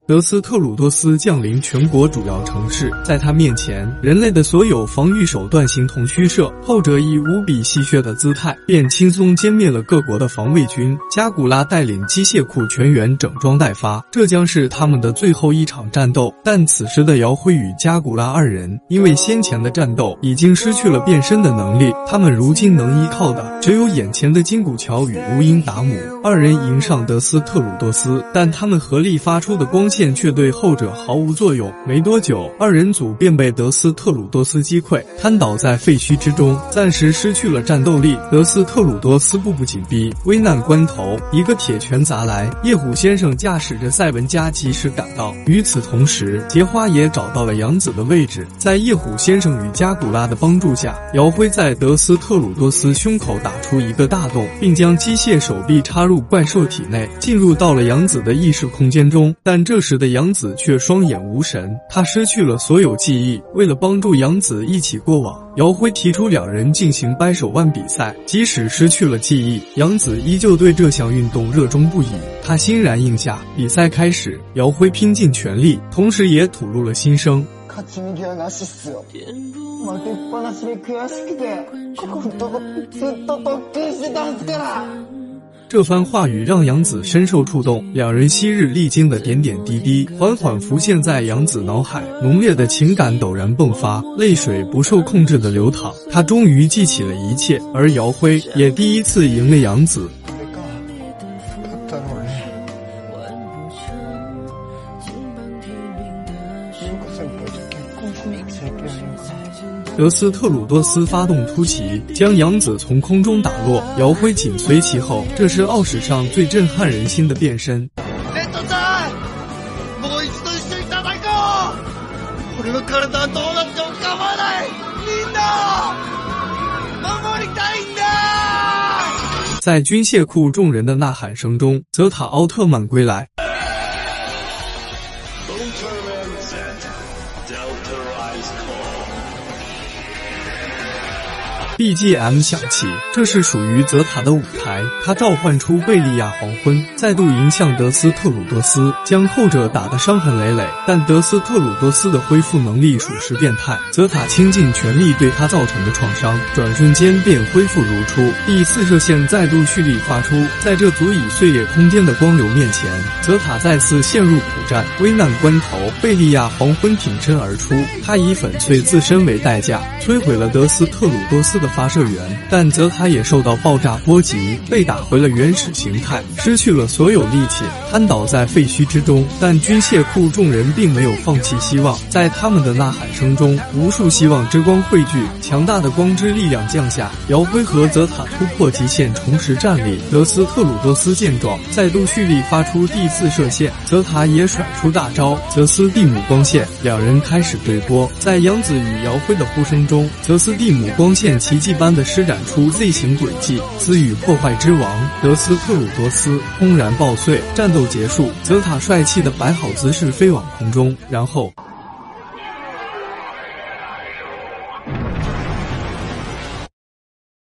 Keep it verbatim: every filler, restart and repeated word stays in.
德斯特鲁多斯降临全国主要城市，在他面前，人类的所有防御手段形同虚设，后者以无比戏谑的姿态，便轻松歼灭了各国的防卫军。加古拉带领机械库全员整装待发，这将是他们的最后一场战斗。但此时的姚辉与加古拉二人，因为先前的战斗已经失去了变身的能力，他们如今能依靠的只有眼前的金古桥与乌因达姆。二人迎上德斯特鲁多斯，但他们合力发出的光线却对后者毫无作用。没多久，二人组便被德斯特鲁多斯击溃，瘫倒在废墟之中，暂时失去了战斗力。德斯特鲁多斯步步紧逼，危难关头，一个铁拳砸来，夜虎先生驾驶着塞文加及时赶到。与此同时，杰花也找到了杨子的位置，在夜虎先生与加古拉的帮助下，姚辉在德斯特鲁多斯胸口打出一个大洞，并将机械手臂插入怪兽体内，进入到了杨子的意识空间中。但这时的杨子却双眼无神，他失去了所有记忆。为了帮助杨子一起过往，姚辉提出两人进行掰手腕比赛。即使失去了记忆，杨子依旧对这项运动热衷不已，他欣然应下。比賽開始，姚辉拼尽全力，同時也吐露了心聲。 勝ち逃げはなしっすよ。負けっぱなしで悔しくて、ここんとこずっと特訓してたんすから。 这番话语让杨子深受触动，两人昔日历经的点点滴滴缓缓浮现在杨子脑海，浓烈的情感陡然迸发，泪水不受控制的流淌。他终于记起了一切，而姚辉也第一次赢了杨子。德斯特鲁多斯发动突袭，将杨子从空中打落，姚辉紧随其後。这是奥史上最震撼人心的变身。 レッドちゃん、もう一度一緒に戦おう。俺の体はどうなっても構わない。みんな守りたいんだ。 在军械库众人的呐喊声中，泽塔奥特曼归来。B G M 响起，这是属于泽塔的舞台。他召唤出贝利亚黄昏，再度迎向德斯特鲁多斯，将后者打得伤痕累累。但德斯特鲁多斯的恢复能力属实变态，泽塔倾尽全力对他造成的创伤，转瞬间便恢复如初。第四射线再度蓄力发出，在这足以碎裂空间的光流面前，泽塔再次陷入苦战。危难关头，贝利亚黄昏挺身而出，他以粉碎自身为代价，摧毁了德斯特鲁多斯的发射源，但泽塔也受到爆炸波及，被打回了原始形态，失去了所有力气，瘫倒在废墟之中。但军械库众人并没有放弃希望，在他们的呐喊声中，无数希望之光汇聚，强大的光之力量降下，姚辉和泽塔突破极限，重拾战力。德斯特鲁多斯见状，再度蓄力发出第四射线，泽塔也甩出大招泽斯蒂姆光线，两人开始对波。在杨子与姚辉的呼声中，泽斯蒂姆光线奇迹般的施展出 Z 型轨迹，赐予破坏之王德斯特鲁多斯轰然爆碎。战斗结束，泽塔帅气的摆好姿势飞往空中，然后